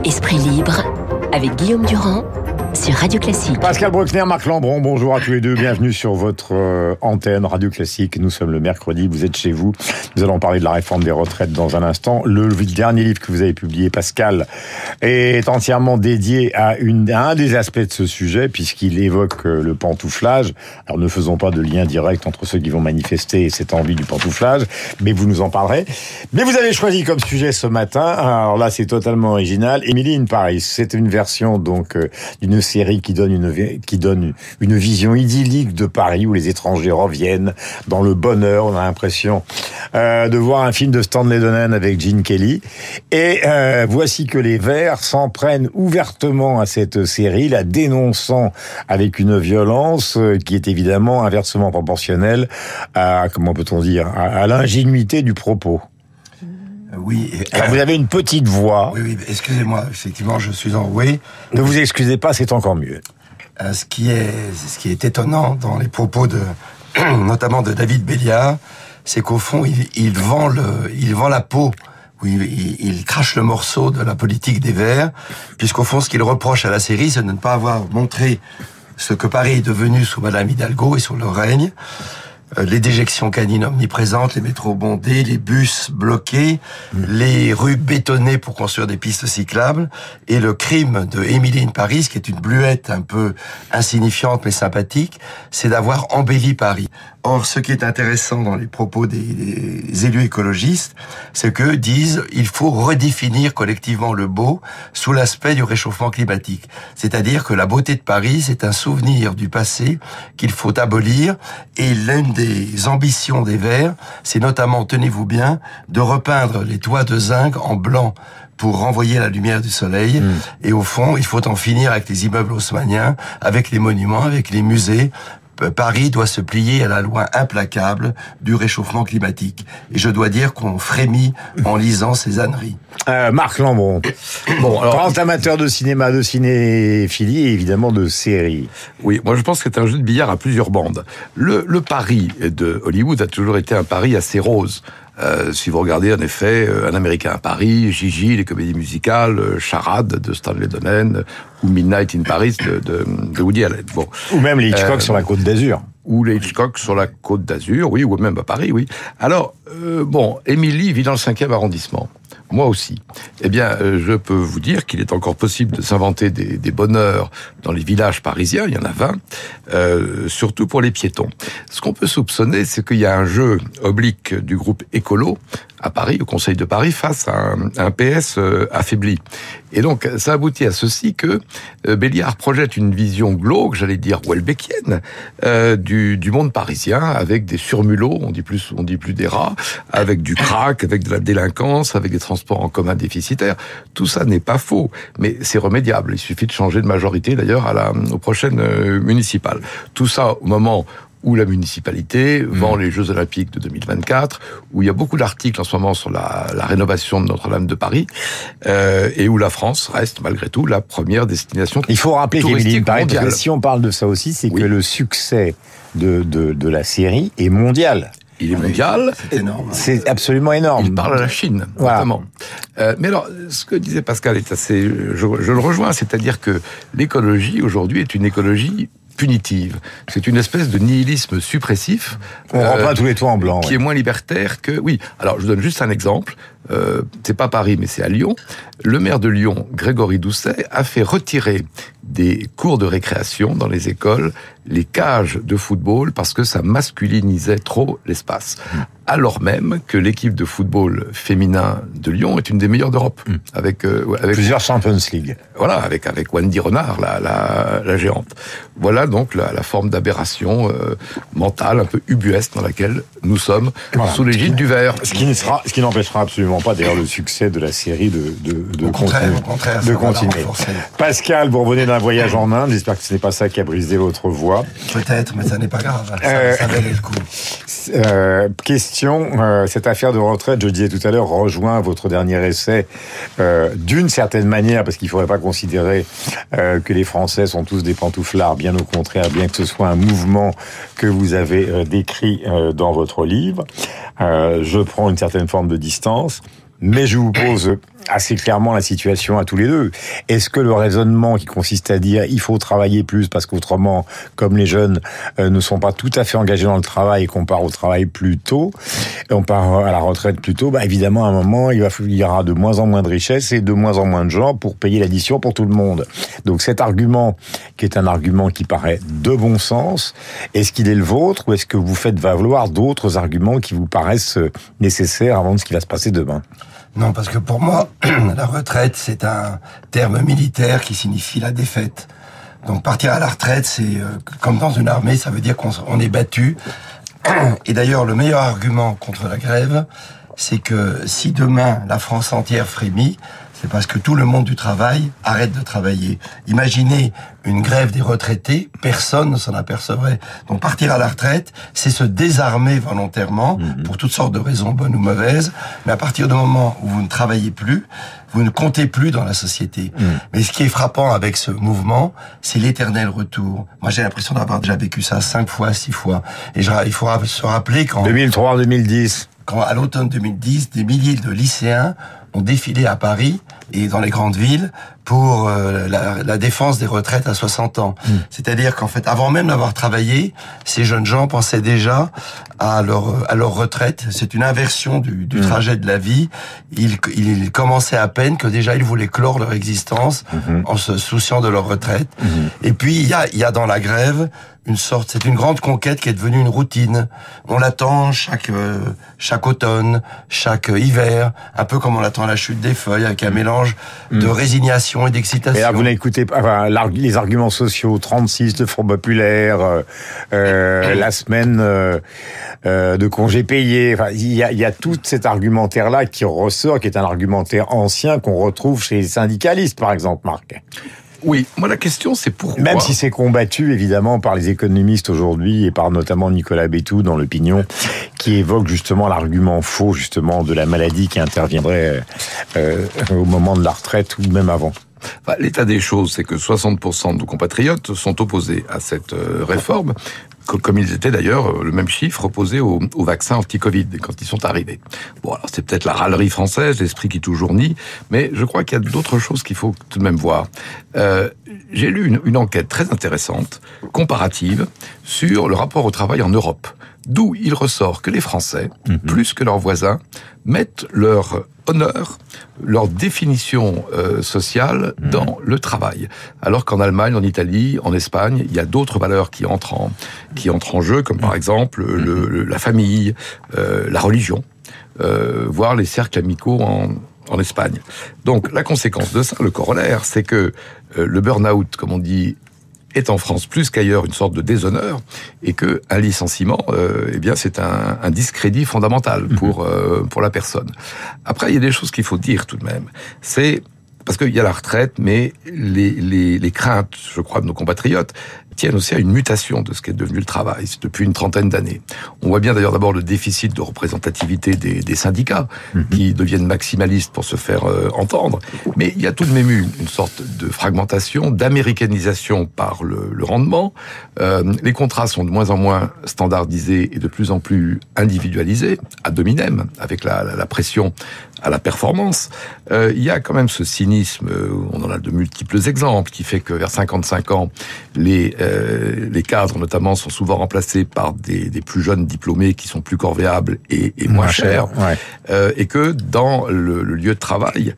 Esprit libre avec Guillaume Durand sur Radio Classique. Pascal Bruckner, Marc Lambron, bonjour à tous les deux, bienvenue sur votre antenne Radio Classique. Nous sommes le mercredi, vous êtes chez vous. Nous allons parler de la réforme des retraites dans un instant. Le dernier livre que vous avez publié, Pascal, est entièrement dédié à un des aspects de ce sujet, puisqu'il évoque le pantouflage. Alors ne faisons pas de lien direct entre ceux qui vont manifester et cette envie du pantouflage, mais vous nous en parlerez. Mais vous avez choisi comme sujet ce matin, alors là c'est totalement original, Emily in Paris. C'est une version donc d'une série qui donne une vision idyllique de Paris où les étrangers reviennent dans le bonheur. On a l'impression de voir un film de Stanley Donen avec Gene Kelly. Et voici que les Verts s'en prennent ouvertement à cette série, la dénonçant avec une violence qui est évidemment inversement proportionnelle à, comment peut-on dire, à l'ingénuité du propos. Oui. Alors vous avez une petite voix. Oui, excusez-moi, effectivement, je suis enroué. Ne vous excusez pas, c'est encore mieux. Ce qui est étonnant dans les propos notamment de David Béliard, c'est qu'au fond, il vend la peau. Oui, il crache le morceau de la politique des Verts, puisqu'au fond, ce qu'il reproche à la série, c'est de ne pas avoir montré ce que Paris est devenu sous Madame Hidalgo et sous leur règne. Les déjections canines omniprésentes, les métros bondés, les bus bloqués, les rues bétonnées pour construire des pistes cyclables, et le crime de Emily in Paris, qui est une bluette un peu insignifiante mais sympathique, c'est d'avoir embelli Paris. Or, ce qui est intéressant dans les propos des élus écologistes, c'est qu'eux disent il faut redéfinir collectivement le beau sous l'aspect du réchauffement climatique. C'est-à-dire que la beauté de Paris, c'est un souvenir du passé qu'il faut abolir, et l'une des ambitions des Verts, c'est notamment, tenez-vous bien, de repeindre les toits de zinc en blanc pour renvoyer la lumière du soleil. Et au fond, il faut en finir avec les immeubles haussmanniens, avec les monuments, avec les musées. Paris doit se plier à la loi implacable du réchauffement climatique. Et je dois dire qu'on frémit en lisant ces âneries. Marc Lambron, grand amateur de cinéma, de cinéphilie et évidemment de séries. Oui, moi je pense que c'est un jeu de billard à plusieurs bandes. Le Paris de Hollywood a toujours été un Paris assez rose. Si vous regardez en effet Un Américain à Paris, Gigi, les comédies musicales, Charade de Stanley Donen, ou Midnight in Paris de Woody Allen. Bon. Ou même les Hitchcock sur la Côte d'Azur. Ou les Hitchcock sur la Côte d'Azur, oui, ou même à Paris, oui. Alors, Émilie vit dans le 5e arrondissement. Moi aussi. Eh bien, je peux vous dire qu'il est encore possible de s'inventer des bonheurs dans les villages parisiens, il y en a 20, surtout pour les piétons. Ce qu'on peut soupçonner, c'est qu'il y a un jeu oblique du groupe Écolo à Paris, au Conseil de Paris, face à un PS affaibli. Et donc, ça aboutit à ceci que Béliard projette une vision glauque, j'allais dire Houellebecquienne, du monde parisien, avec des surmulots, on dit plus des rats, avec du crack, avec de la délinquance, avec des transports en commun déficitaires. Tout ça n'est pas faux, mais c'est remédiable. Il suffit de changer de majorité, d'ailleurs, aux prochaines municipales. Tout ça au moment où la municipalité vend les Jeux Olympiques de 2024, où il y a beaucoup d'articles en ce moment sur la rénovation de Notre-Dame de Paris, et où la France reste malgré tout la première destination touristique. Il faut rappeler qu'Emily in Paris, mondiale. si on parle de ça aussi, c'est Oui. que le succès de la série est mondial. Il est mondial. C'est énorme. C'est absolument énorme. Il parle à la Chine, Voilà. notamment. Mais alors, ce que disait Pascal est assez... Je le rejoins, c'est-à-dire que l'écologie, aujourd'hui, est une écologie punitive. C'est une espèce de nihilisme suppressif. On repeint tous les toits en blanc. Qui est moins libertaire que... Oui, alors je donne juste un exemple. C'est pas Paris, mais c'est à Lyon. Le maire de Lyon, Grégory Doucet, a fait retirer des cours de récréation dans les écoles les cages de football parce que ça masculinisait trop l'espace. Alors même que l'équipe de football féminin de Lyon est une des meilleures d'Europe. Avec Plusieurs Champions League. voilà, avec Wendy Renard, la géante. Voilà donc la forme d'aberration mentale, un peu ubuesque dans laquelle nous sommes, sous l'égide du vert. Ce qui n'empêchera absolument pas d'ailleurs le succès de la série de continuer. Pascal, vous revenez d'un voyage en Inde. J'espère que ce n'est pas ça qui a brisé votre voix. Peut-être, mais ça n'est pas grave. Ça valait le coup. Question, cette affaire de retraite, je disais tout à l'heure, rejoint votre dernier essai d'une certaine manière, parce qu'il ne faudrait pas considérer que les Français sont tous des pantouflards, bien au contraire, bien que ce soit un mouvement que vous avez décrit dans votre livre. Je prends une certaine forme de distance. Mais je vous pose assez clairement la situation à tous les deux. Est-ce que le raisonnement qui consiste à dire il faut travailler plus parce qu'autrement, comme les jeunes ne sont pas tout à fait engagés dans le travail et qu'on part au travail plus tôt, et on part à la retraite plus tôt, évidemment à un moment il y aura de moins en moins de richesses et de moins en moins de gens pour payer l'addition pour tout le monde. Donc cet argument, qui est un argument qui paraît de bon sens, est-ce qu'il est le vôtre ou est-ce que vous faites valoir d'autres arguments qui vous paraissent nécessaires avant de ce qui va se passer demain ? Non, parce que pour moi, la retraite, c'est un terme militaire qui signifie la défaite. Donc partir à la retraite, c'est comme dans une armée, ça veut dire qu'on est battu. Et d'ailleurs, le meilleur argument contre la grève, c'est que si demain la France entière frémit, c'est parce que tout le monde du travail arrête de travailler. Imaginez une grève des retraités, personne ne s'en apercevrait. Donc partir à la retraite, c'est se désarmer volontairement, pour toutes sortes de raisons bonnes ou mauvaises, mais à partir du moment où vous ne travaillez plus, vous ne comptez plus dans la société. Mais ce qui est frappant avec ce mouvement, c'est l'éternel retour. Moi, j'ai l'impression d'avoir déjà vécu ça 5 fois, 6 fois. Et il faut se rappeler qu'en 2003-2010, à l'automne 2010, des milliers de lycéens ont défilé à Paris et dans les grandes villes pour la défense des retraites à 60 ans. C'est-à-dire qu'en fait, avant même d'avoir travaillé, ces jeunes gens pensaient déjà à leur retraite. C'est une inversion du trajet de la vie. Ils commençaient à peine que déjà ils voulaient clore leur existence en se souciant de leur retraite. Et puis il y a dans la grève c'est une grande conquête qui est devenue une routine. On l'attend chaque automne, chaque hiver, un peu comme on attend la chute des feuilles, avec un mélange de résignation et d'excitation. Et là, vous n'écoutez pas les arguments sociaux, 36 de Front Populaire, la semaine de congés payés. Enfin, il y a tout cet argumentaire-là qui ressort, qui est un argumentaire ancien qu'on retrouve chez les syndicalistes, par exemple, Marc. Oui, moi la question c'est pourquoi... Même si c'est combattu évidemment par les économistes aujourd'hui et par notamment Nicolas Béthou dans l'Opinion, qui évoque justement l'argument faux justement de la maladie qui interviendrait au moment de la retraite ou même avant. Enfin, l'état des choses, c'est que 60% de nos compatriotes sont opposés à cette réforme, comme ils étaient d'ailleurs, le même chiffre, opposés au vaccin anti-Covid quand ils sont arrivés. Bon, alors c'est peut-être la râlerie française, l'esprit qui toujours nie, mais je crois qu'il y a d'autres choses qu'il faut tout de même voir. J'ai lu une enquête très intéressante, comparative, sur le rapport au travail en Europe, d'où il ressort que les Français, plus que leurs voisins, mettent leur honneur, leur définition sociale dans le travail. Alors qu'en Allemagne, en Italie, en Espagne, il y a d'autres valeurs qui entrent en jeu, comme par exemple la famille, la religion, voire les cercles amicaux en Espagne. Donc la conséquence de ça, le corollaire, c'est que le burn-out, comme on dit, est en France plus qu'ailleurs une sorte de déshonneur et que un licenciement, eh bien c'est un discrédit fondamental pour la personne. Après, il y a des choses qu'il faut dire tout de même. C'est parce qu'il y a la retraite, mais les craintes, je crois, de nos compatriotes tiennent aussi à une mutation de ce qu'est devenu le travail depuis une trentaine d'années. On voit bien d'ailleurs d'abord le déficit de représentativité des syndicats qui deviennent maximalistes pour se faire entendre, mais il y a tout de même eu une sorte de fragmentation, d'américanisation par le rendement. Les contrats sont de moins en moins standardisés et de plus en plus individualisés, ad hominem, avec la pression à la performance. Il y a quand même ce cynisme, on en a de multiples exemples, qui fait que vers 55 ans, les cadres notamment sont souvent remplacés par des plus jeunes diplômés qui sont plus corvéables et moins chers. Ouais. Et que dans le lieu de travail,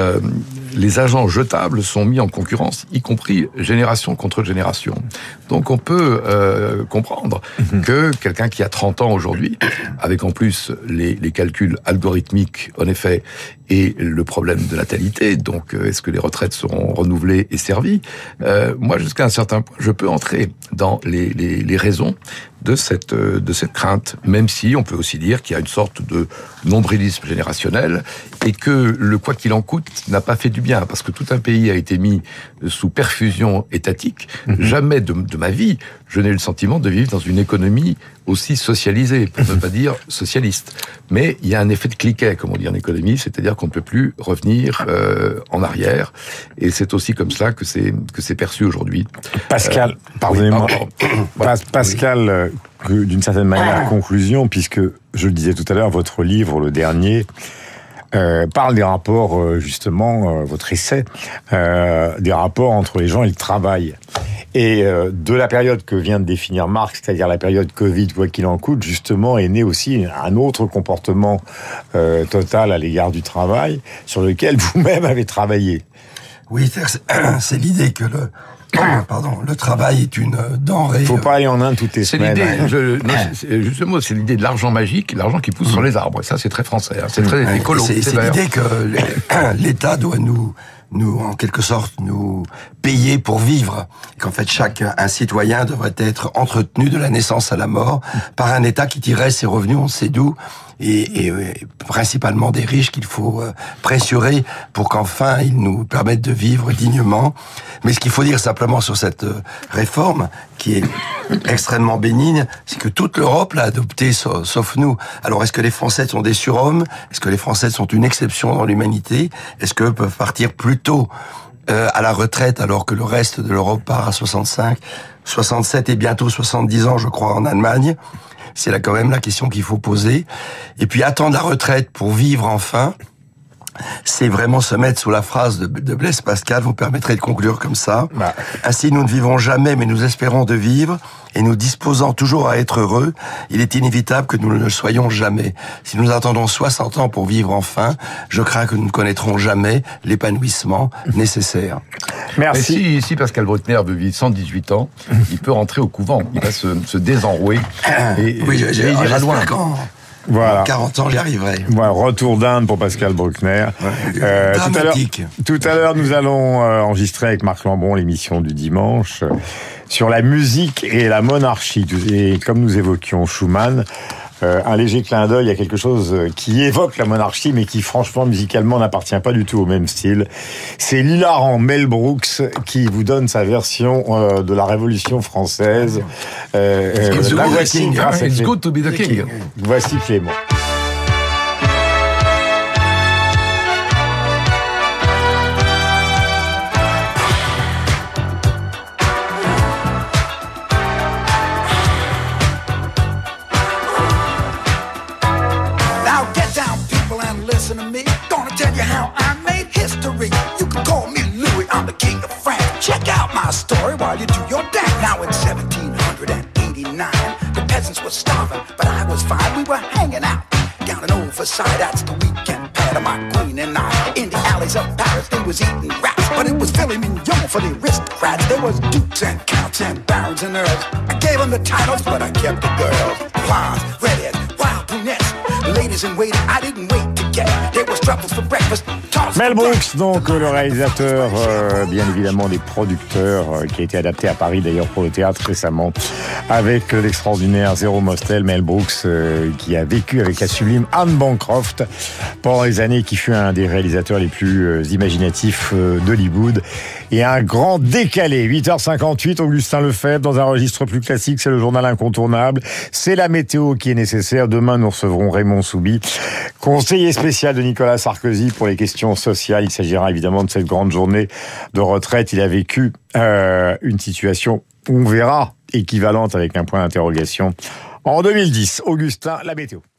les agents jetables sont mis en concurrence, y compris génération contre génération. Donc on peut comprendre que quelqu'un qui a 30 ans aujourd'hui, avec en plus les calculs algorithmiques, en effet, et le problème de natalité, donc est-ce que les retraites seront renouvelées et servies, moi jusqu'à un certain point, je peux entrer dans les raisons de cette crainte, même si on peut aussi dire qu'il y a une sorte de nombrilisme générationnel et que le quoi qu'il en coûte n'a pas fait du bien, parce que tout un pays a été mis sous perfusion étatique. Jamais de ma vie, je n'ai eu le sentiment de vivre dans une économie aussi socialisée, pour ne pas dire socialiste. Mais il y a un effet de cliquet, comme on dit en économie, c'est-à-dire qu'on ne peut plus revenir en arrière, et c'est aussi comme cela que c'est perçu aujourd'hui. Pascal, pardonnez-moi. Pascal, d'une certaine manière, conclusion, puisque, je le disais tout à l'heure, votre livre, le dernier, parle des rapports, justement, votre essai, des rapports entre les gens et le travail. Et de la période que vient de définir Marx, c'est-à-dire la période Covid, quoi qu'il en coûte, justement, est né aussi un autre comportement total à l'égard du travail, sur lequel vous-même avez travaillé. Oui, c'est l'idée que le travail est une denrée. Il ne faut pas aller en Inde toutes les semaines. Justement, c'est l'idée de l'argent magique, l'argent qui pousse sur les arbres. Et ça, c'est très français, hein. C'est très écolo. C'est l'idée que l'État doit nous, en quelque sorte, nous payer pour vivre. Qu'en fait, un citoyen devrait être entretenu de la naissance à la mort par un État qui tirerait ses revenus, on sait d'où, et principalement des riches qu'il faut pressurer pour qu'enfin ils nous permettent de vivre dignement. Mais ce qu'il faut dire simplement sur cette réforme, qui est extrêmement bénigne, c'est que toute l'Europe l'a adoptée, sauf nous. Alors est-ce que les Français sont des surhommes? Est-ce que les Français sont une exception dans l'humanité? Est-ce qu'eux peuvent partir plus tôt à la retraite alors que le reste de l'Europe part à 65, 67 et bientôt 70 ans, je crois, en Allemagne? C'est là quand même la question qu'il faut poser. Et puis attendre la retraite pour vivre enfin, c'est vraiment se mettre sous la phrase de Blaise Pascal. Vous permettrez de conclure comme ça. Ainsi, nous ne vivons jamais, mais nous espérons de vivre, et nous disposant toujours à être heureux, il est inévitable que nous ne le soyons jamais. Si nous attendons 60 ans pour vivre enfin, je crains que nous ne connaîtrons jamais l'épanouissement nécessaire. Merci. Mais si Pascal Bruckner veut vivre 118 ans, il peut rentrer au couvent. Il va se désenrouer et il ira loin. Voilà. 40 ans, j'y arriverai. Voilà, retour d'Inde pour Pascal Bruckner. Tout à l'heure, nous allons enregistrer avec Marc Lambron l'émission du dimanche sur la musique et la monarchie. Et comme nous évoquions Schumann, un léger clin d'œil à quelque chose qui évoque la monarchie, mais qui franchement musicalement n'appartient pas du tout au même style. C'est l'hilarant Mel Brooks qui vous donne sa version de la Révolution française. It's good to be the king. Voici Clément. Story while you do your dance. Now in 1789, the peasants were starving, but I was fine. We were hanging out down in Overside. That's the weekend pad of my queen and I. In the alleys of Paris, they was eating rats, but it was filet mignon for the aristocrats. There was dukes and counts and barons and earls. I gave them the titles, but I kept the girls. Blondes, redheads, wild brunettes, ladies in waiting. I didn't wait to get. There was truffles for breakfast. Mel Brooks, donc le réalisateur, bien évidemment des producteurs, qui a été adapté à Paris d'ailleurs pour le théâtre récemment, avec l'extraordinaire Zéro Mostel. Mel Brooks, qui a vécu avec la sublime Anne Bancroft pendant les années, qui fut un des réalisateurs les plus imaginatifs d'Hollywood, et un grand décalé. 8h58, Augustin Lefebvre, dans un registre plus classique, c'est le journal incontournable, c'est la météo qui est nécessaire. Demain, nous recevrons Raymond Soubi, conseiller spécial de Nicolas Sarkozy pour les questions sociales. Il s'agira évidemment de cette grande journée de retraite. Il a vécu une situation, on verra, équivalente avec un point d'interrogation en 2010. Augustin, la météo.